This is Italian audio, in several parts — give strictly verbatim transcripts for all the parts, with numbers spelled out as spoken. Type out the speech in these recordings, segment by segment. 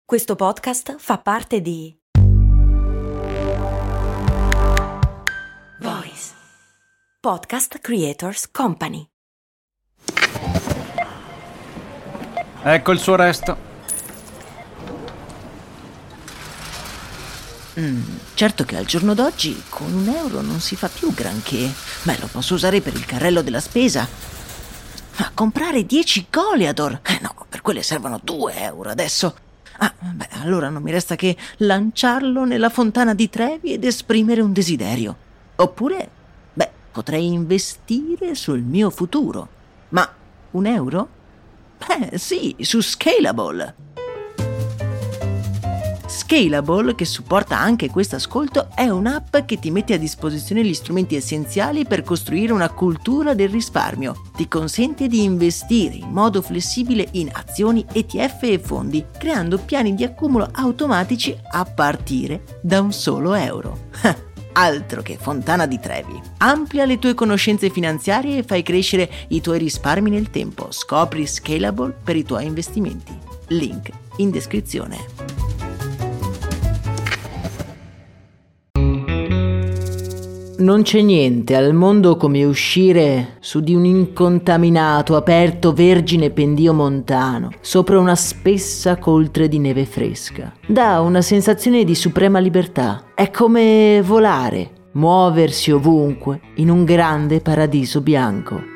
Questo podcast fa parte di Voice Podcast Creators Company. Ecco il suo resto. Mm, certo che al giorno d'oggi con un euro non si fa più granché. Beh, lo posso usare per il carrello della spesa. Ma comprare dieci Goliador? Eh no, per quelle servono due euro adesso. Ah, beh, allora non mi resta che lanciarlo nella fontana di Trevi ed esprimere un desiderio. Oppure, beh, potrei investire sul mio futuro. Ma un euro? Beh, sì, su Scalable. Scalable, che supporta anche questo ascolto, è un'app che ti mette a disposizione gli strumenti essenziali per costruire una cultura del risparmio. Ti consente di investire in modo flessibile in azioni, E T F e fondi, creando piani di accumulo automatici a partire da un solo euro. Altro che fontana di Trevi. Amplia le tue conoscenze finanziarie e fai crescere i tuoi risparmi nel tempo. Scopri Scalable per i tuoi investimenti. Link in descrizione. Non c'è niente al mondo come uscire su di un incontaminato, aperto, vergine pendio montano, sopra una spessa coltre di neve fresca. Dà una sensazione di suprema libertà. È come volare, muoversi ovunque, in un grande paradiso bianco.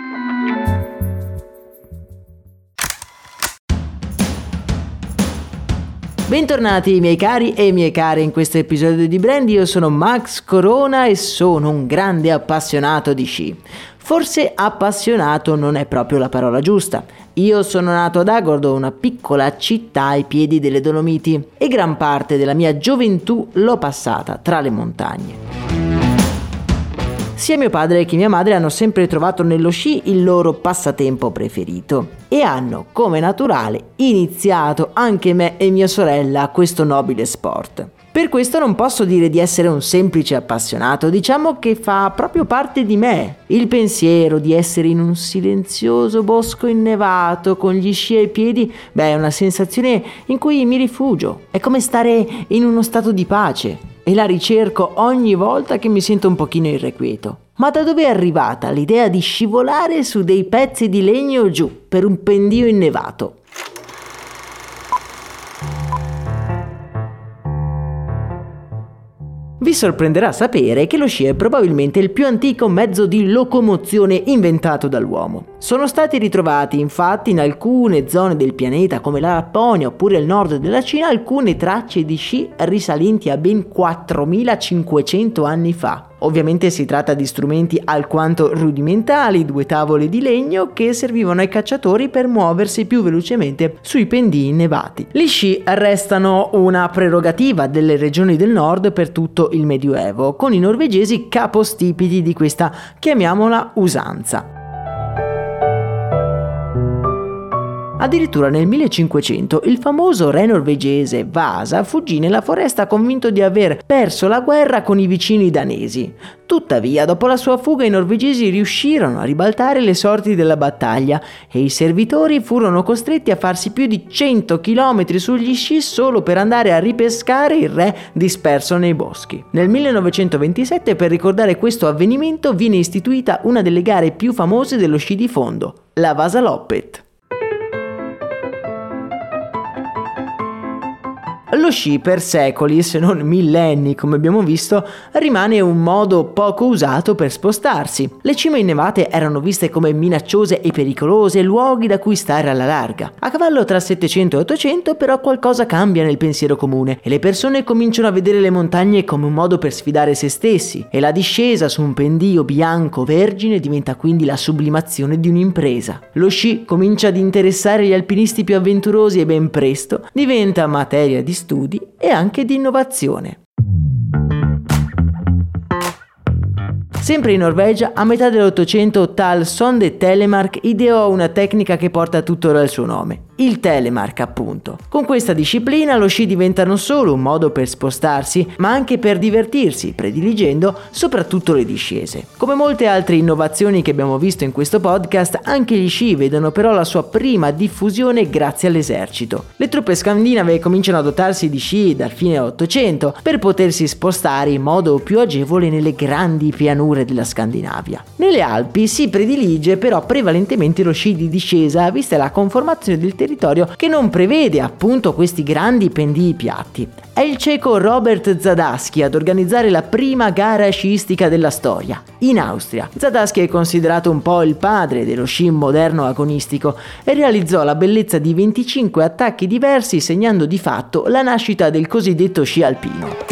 Bentornati miei cari e miei care in questo episodio di Brand. Io sono Max Corona e sono un grande appassionato di sci. Forse appassionato non è proprio la parola giusta. Io sono nato ad Agordo, una piccola città ai piedi delle Dolomiti, e gran parte della mia gioventù l'ho passata tra le montagne. Sia mio padre che mia madre hanno sempre trovato nello sci il loro passatempo preferito e hanno, come naturale, iniziato anche me e mia sorella a questo nobile sport. Per questo non posso dire di essere un semplice appassionato, diciamo che fa proprio parte di me. Il pensiero di essere in un silenzioso bosco innevato con gli sci ai piedi, beh, è una sensazione in cui mi rifugio. È come stare in uno stato di pace. E la ricerco ogni volta che mi sento un pochino irrequieto. Ma da dove è arrivata l'idea di scivolare su dei pezzi di legno giù per un pendio innevato? Vi sorprenderà sapere che lo sci è probabilmente il più antico mezzo di locomozione inventato dall'uomo. Sono stati ritrovati infatti in alcune zone del pianeta come la Lapponia oppure il nord della Cina alcune tracce di sci risalenti a ben quattromilacinquecento anni fa. Ovviamente si tratta di strumenti alquanto rudimentali, due tavole di legno che servivano ai cacciatori per muoversi più velocemente sui pendii innevati. Gli sci restano una prerogativa delle regioni del nord per tutto il Medioevo, con i norvegesi capostipiti di questa, chiamiamola, usanza. Addirittura nel millecinquecento il famoso re norvegese Vasa fuggì nella foresta convinto di aver perso la guerra con i vicini danesi. Tuttavia, dopo la sua fuga, i norvegesi riuscirono a ribaltare le sorti della battaglia e i servitori furono costretti a farsi più di cento chilometri sugli sci solo per andare a ripescare il re disperso nei boschi. Nel millenovecentoventisette, per ricordare questo avvenimento, viene istituita una delle gare più famose dello sci di fondo, la Vasaloppet. Lo sci per secoli, se non millenni come abbiamo visto, rimane un modo poco usato per spostarsi. Le cime innevate erano viste come minacciose e pericolose, luoghi da cui stare alla larga. A cavallo tra settecento e ottocento però qualcosa cambia nel pensiero comune e le persone cominciano a vedere le montagne come un modo per sfidare se stessi e la discesa su un pendio bianco vergine diventa quindi la sublimazione di un'impresa. Lo sci comincia ad interessare gli alpinisti più avventurosi e ben presto diventa materia di studi e anche di innovazione. Sempre in Norvegia, a metà dell'Ottocento, tal Sonde Telemark ideò una tecnica che porta tuttora il suo nome, il telemark appunto. Con questa disciplina lo sci diventa non solo un modo per spostarsi, ma anche per divertirsi, prediligendo soprattutto le discese. Come molte altre innovazioni che abbiamo visto in questo podcast, anche gli sci vedono però la sua prima diffusione grazie all'esercito. Le truppe scandinave cominciano a dotarsi di sci dal fine Ottocento per potersi spostare in modo più agevole nelle grandi pianure della Scandinavia. Nelle Alpi si predilige però prevalentemente lo sci di discesa, vista la conformazione del territorio che non prevede appunto questi grandi pendii piatti. È il ceco Robert Zadasky ad organizzare la prima gara sciistica della storia, in Austria. Zadasky è considerato un po' il padre dello sci moderno agonistico e realizzò la bellezza di venticinque attacchi diversi, segnando di fatto la nascita del cosiddetto sci alpino.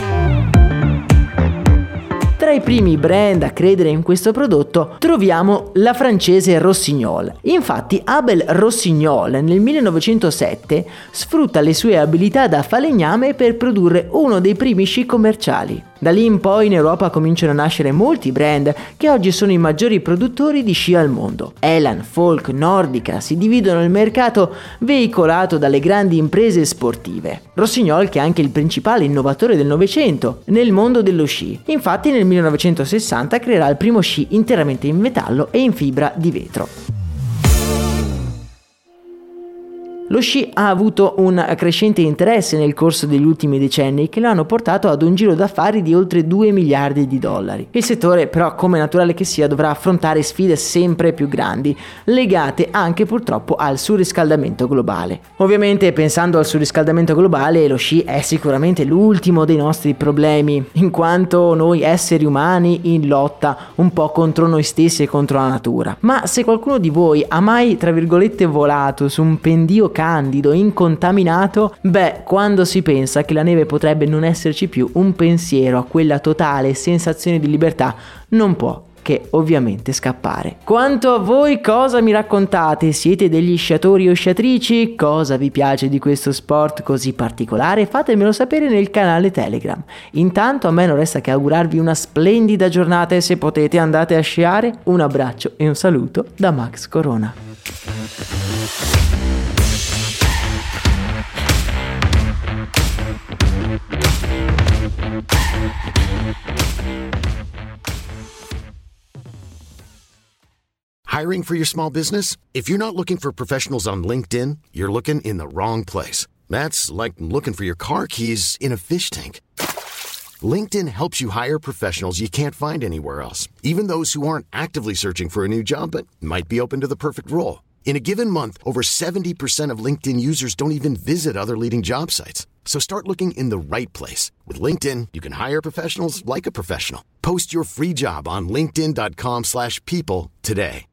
Tra i primi brand a credere in questo prodotto troviamo la francese Rossignol. Infatti Abel Rossignol nel millenovecentosette sfrutta le sue abilità da falegname per produrre uno dei primi sci commerciali. Da lì in poi in Europa cominciano a nascere molti brand che oggi sono i maggiori produttori di sci al mondo. Elan, Folk, Nordica si dividono il mercato veicolato dalle grandi imprese sportive. Rossignol che è anche il principale innovatore del Novecento nel mondo dello sci. Infatti nel millenovecentosessanta creerà il primo sci interamente in metallo e in fibra di vetro. Lo sci ha avuto un crescente interesse nel corso degli ultimi decenni che lo hanno portato ad un giro d'affari di oltre due miliardi di dollari. Il settore però, come naturale che sia, dovrà affrontare sfide sempre più grandi, legate anche purtroppo al surriscaldamento globale. Ovviamente, pensando al surriscaldamento globale, lo sci è sicuramente l'ultimo dei nostri problemi, in quanto noi esseri umani in lotta un po' contro noi stessi e contro la natura. Ma se qualcuno di voi ha mai, tra virgolette, volato su un pendio candido, incontaminato, beh, quando si pensa che la neve potrebbe non esserci più, un pensiero a quella totale sensazione di libertà non può che ovviamente scappare. Quanto a voi, cosa mi raccontate? Siete degli sciatori o sciatrici? Cosa vi piace di questo sport così particolare? Fatemelo sapere nel canale Telegram. Intanto a me non resta che augurarvi una splendida giornata e se potete andate a sciare. Un abbraccio e un saluto da Max Corona. Hiring for your small business? If you're not looking for professionals on LinkedIn, you're looking in the wrong place. That's like looking for your car keys in a fish tank. LinkedIn helps you hire professionals you can't find anywhere else, even those who aren't actively searching for a new job but might be open to the perfect role. In a given month, over seventy percent of LinkedIn users don't even visit other leading job sites. So start looking in the right place. With LinkedIn, you can hire professionals like a professional. Post your free job on linkedin dot com slash people today.